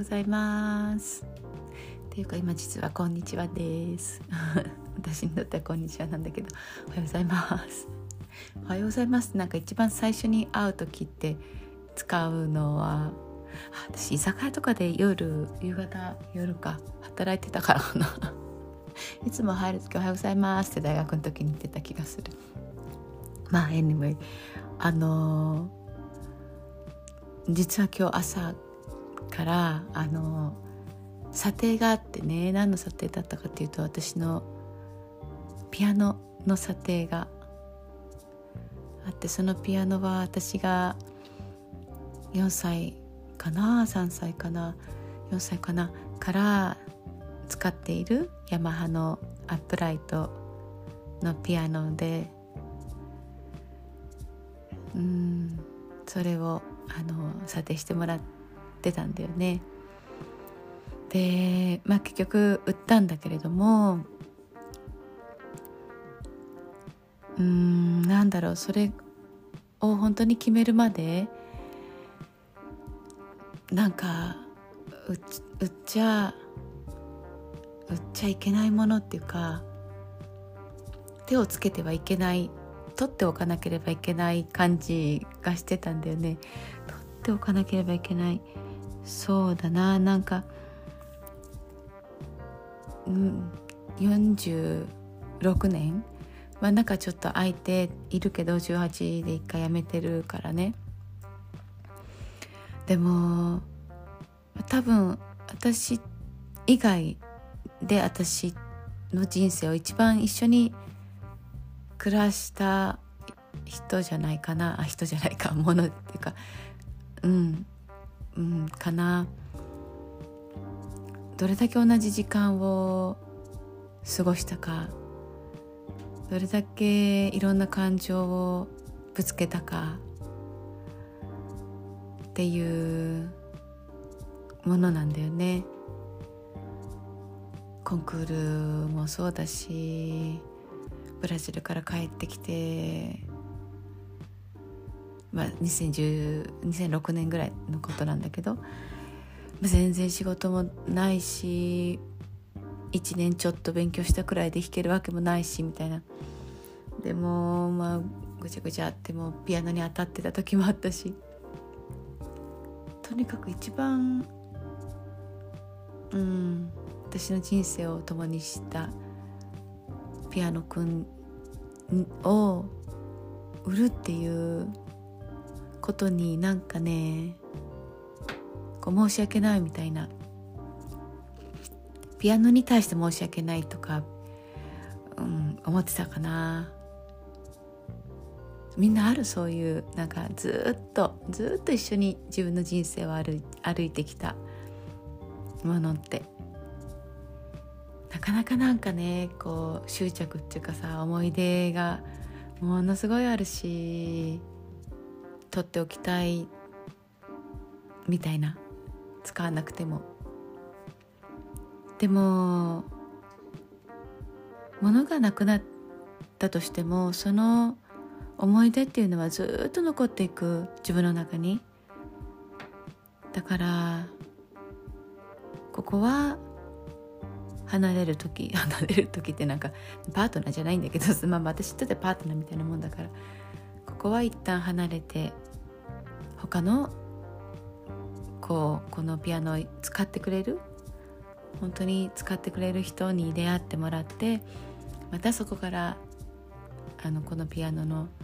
ございますっていうか今実はこんにちはです私にとってはこんにちはなんだけど、おはようございますおはようございます。なんか一番最初に会う時って使うのは、私居酒屋とかで夕方働いてたからかないつも入る時おはようございますって大学の時に言ってた気がする。まあ anyway、 実は今日朝から査定があってね、何の査定だったかっていうと、私のピアノの査定があって、そのピアノは私が4歳かな3歳かな4歳かなから使っているヤマハのアップライトのピアノで、それを査定してもらってたんだよね。で、結局売ったんだけれども、それを本当に決めるまでなんか売っちゃいけないものっていうか、手をつけてはいけない、取っておかなければいけない感じがしてたんだよね。取っておかなければいけない、そうだな、46年なんかちょっと空いているけど、18で一回辞めてるからね。でも多分私以外で私の人生を一番一緒に暮らした人じゃないかな、ものっていうかかな。どれだけ同じ時間を過ごしたか、どれだけいろんな感情をぶつけたかっていうものなんだよね。コンクールもそうだし、ブラジルから帰ってきて、2006年ぐらいのことなんだけど、全然仕事もないし、1年ちょっと勉強したくらいで弾けるわけもないしみたいな。でもぐちゃぐちゃあってもピアノに当たってた時もあったし、とにかく一番私の人生を共にしたピアノくんを売るっていうことになんかね、申し訳ないみたいな、ピアノに対して申し訳ないとか、思ってたかな。みんなある、そういうなんかずっと一緒に自分の人生を歩いてきたものって、なかなかなんかね、執着っていうかさ、思い出がものすごいあるし、取っておきたいみたいな、使わなくても。でも物がなくなったとしても、その思い出っていうのはずっと残っていく、自分の中に。だからここは離れる時ってなんかパートナーじゃないんだけど、私にとってパートナーみたいなもんだから、ここは一旦離れて、他のこのピアノを使ってくれる、本当に使ってくれる人に出会ってもらって、またそこからこのピアノの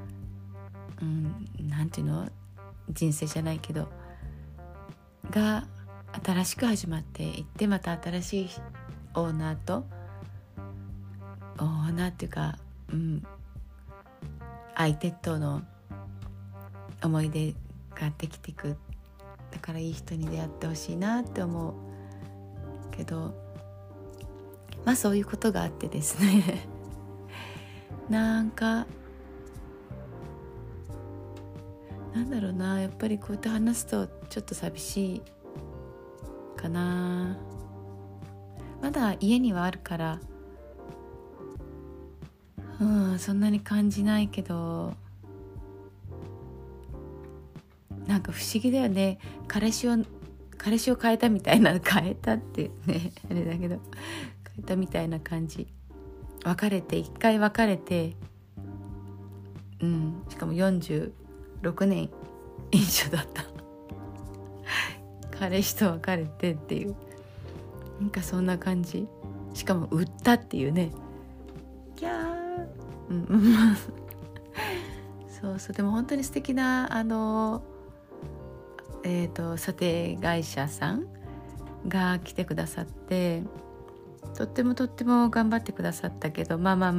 なんていうの、人生じゃないけどが新しく始まっていって、また新しいオーナーっていうか、相手との思い出ができていく。だからいい人に出会ってほしいなって思うけど、そういうことがあってですねなんかやっぱりこうやって話すとちょっと寂しいかな。まだ家にはあるからそんなに感じないけど、なんか不思議だよね。彼氏を彼氏を変えたみたいな、変えたってねあれだけど、変えたみたいな感じ。一回別れて、しかも46年一緒だった彼氏と別れてっていう、なんかそんな感じ。しかも売ったっていうね、キャーそうそう。でも本当に素敵な査定会社さんが来てくださって、とっても頑張ってくださったけど、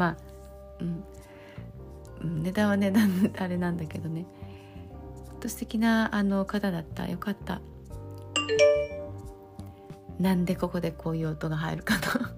値段は値段あれなんだけどね、本当素敵な方だった。よかった。なんでここでこういう音が入るかな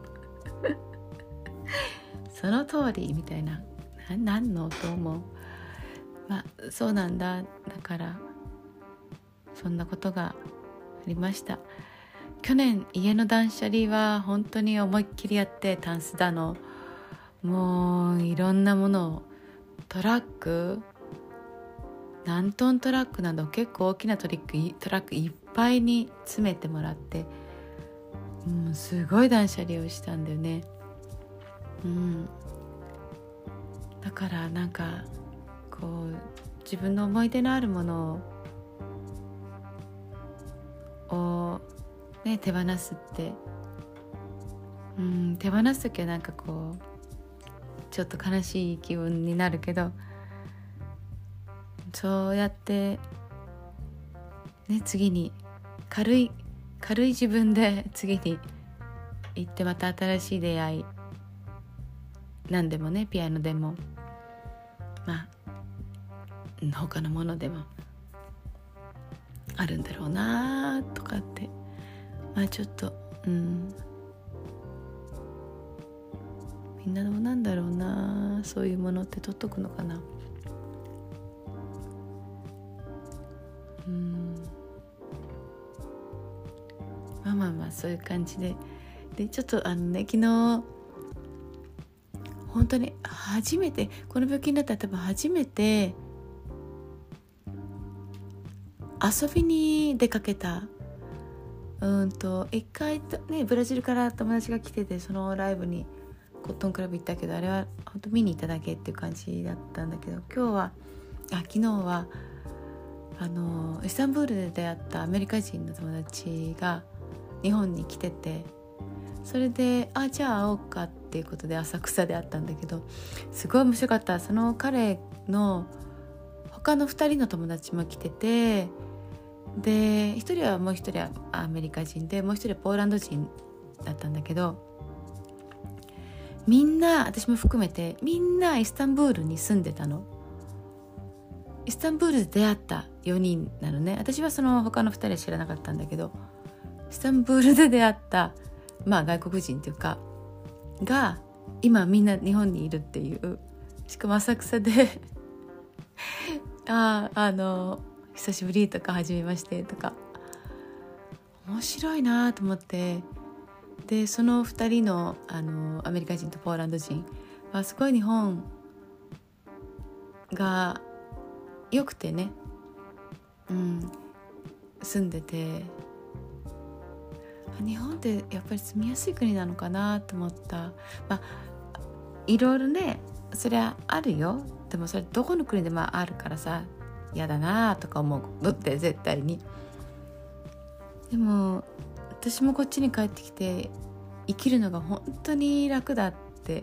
その通りみたいな、何の音も、そうなんだ。だからそんなことがありました。去年家の断捨離は本当に思いっきりやって、タンスだの、もういろんなものを、トラック、何トントラックなど結構大きなトラックいっぱいに詰めてもらって、すごい断捨離をしたんだよね。だからなんかこう自分の思い出のあるものをね、手放すって、手放すときはなんかこうちょっと悲しい気分になるけど、そうやってね、次に軽い自分で次に行って、また新しい出会い、何でもね、ピアノでも他のものでもあるんだろうなとかって、ちょっとみんなどうなんだろうな、そういうものって取っとくのかな。そういう感じでちょっと昨日本当に初めてこの病気になったら、多分初めて遊びに出かけた。一回ね、ブラジルから友達が来てて、そのライブにコットンクラブ行ったけど、あれは本当見に行っただけっていう感じだったんだけど、昨日はイスタンブールで出会ったアメリカ人の友達が日本に来てて、それでじゃあ会おうかっていうことで浅草で会ったんだけど、すごい面白かった。その彼の他の2人の友達も来てて、でもう一人はアメリカ人で、もう一人はポーランド人だったんだけど、みんな、私も含めてみんなイスタンブールに住んでたの。イスタンブールで出会った4人なのね。私はその他の2人は知らなかったんだけど、イスタンブールで出会った外国人っていうかが今みんな日本にいるっていう。しかも浅草で久しぶりとか初めましてとか、面白いなと思って。でその2人のアメリカ人とポーランド人はすごい日本が良くてね、住んでて、日本ってやっぱり住みやすい国なのかなと思った。いろいろね、そりゃあるよ。でもそれどこの国でもあるからさ、嫌だなとか思うのって絶対に。でも私もこっちに帰ってきて生きるのが本当に楽だって、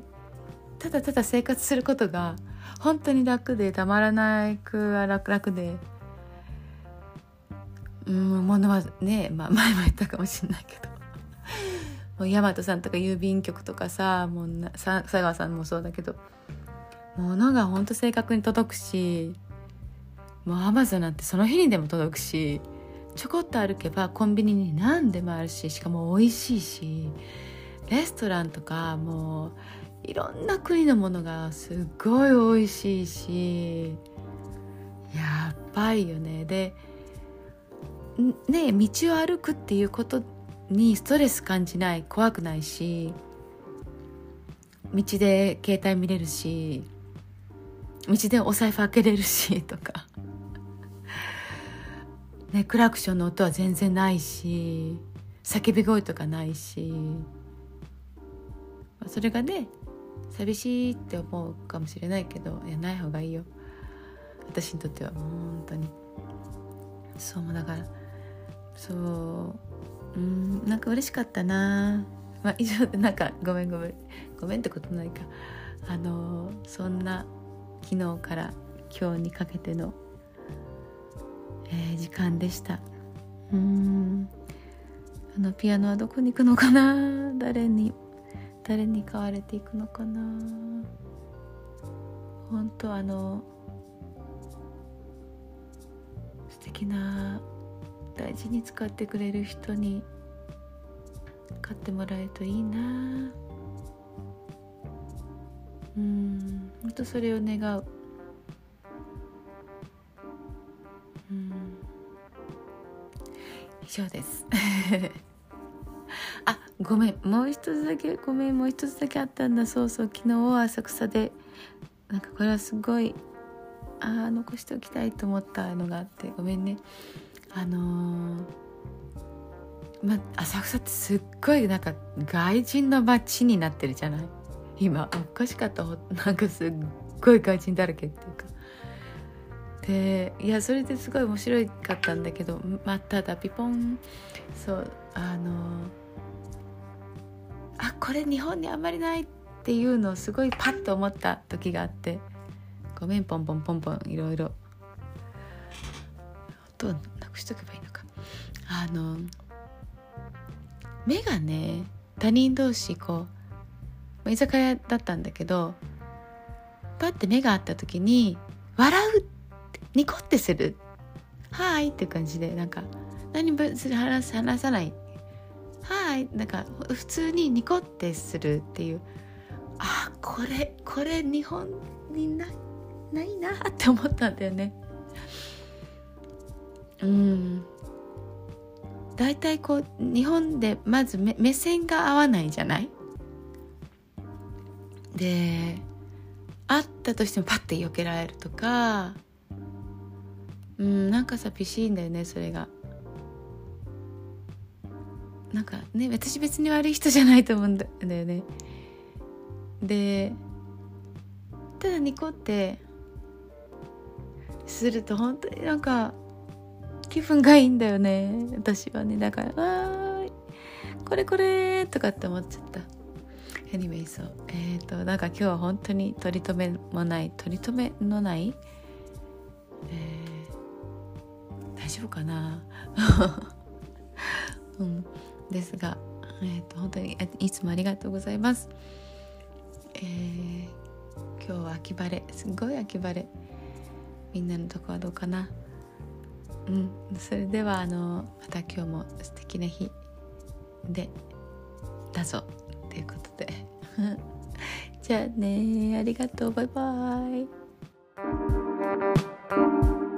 ただただ生活することが本当に楽で、たまらないく楽で、物はね、前も言ったかもしれないけどもう大和さんとか郵便局とかさ、もう佐川さんもそうだけど、物が本当正確に届くし、もうアマゾンなんてその日にでも届くし、ちょこっと歩けばコンビニに何でもあるし、しかも美味しいし、レストランとかもういろんな国のものがすっごい美味しいし、やばいよね。でね、道を歩くっていうことにストレス感じない、怖くないし、道で携帯見れるし、道でお財布開けれるしとかね、クラクションの音は全然ないし、叫び声とかないし、それがね寂しいって思うかもしれないけど、いやない方がいいよ、私にとっては。もう本当にそうだから、そうなんか嬉しかったな。以上で、なんかごめんってことないか。そんな昨日から今日にかけての、時間でした。ピアノはどこに行くのかな。誰に買われていくのかな。本当素敵な、大事に使ってくれる人に買ってもらえるといいな。本当それを願う。以上ですあ、ごめん、もう一つだけあったんだ。そう昨日は浅草で、なんかこれはすごい残しておきたいと思ったのがあって、ごめんね。浅草ってすっごいなんか外人の街になってるじゃない今。おかしかった。なんかすっごい外人だらけっていうかで、いやそれですごい面白かったんだけど、ただピポン、そうこれ日本にあんまりないっていうのをすごいパッと思った時があって、ごめん、ポンポンいろいろ音をなくしとけばいいのか。目がね、他人同士こう居酒屋だったんだけど、パッて目が合った時に笑う、ニコってする、はーいって感じで、なんか何も話さない、はーい、なんか普通にニコってするっていう、これ日本にないなって思ったんだよね。だいたいこう日本でまず目線が合わないじゃない。で、会ったとしてもパッて避けられるとか、なんか寂しいんだよね、それが。なんかね、私別に悪い人じゃないと思うんだよね。で、ただニコってすると本当になんか気分がいいんだよね、私はね。だからこれとかって思っちゃった。Anyway、 そうなんか今日は本当に取り留めのない、大丈夫かなですが、本当にいつもありがとうございます。今日は秋晴れ、すごい秋晴れ。みんなのとこはどうかな。それではまた今日も素敵な日でだぞということでじゃあね、ありがとう、バイバイ。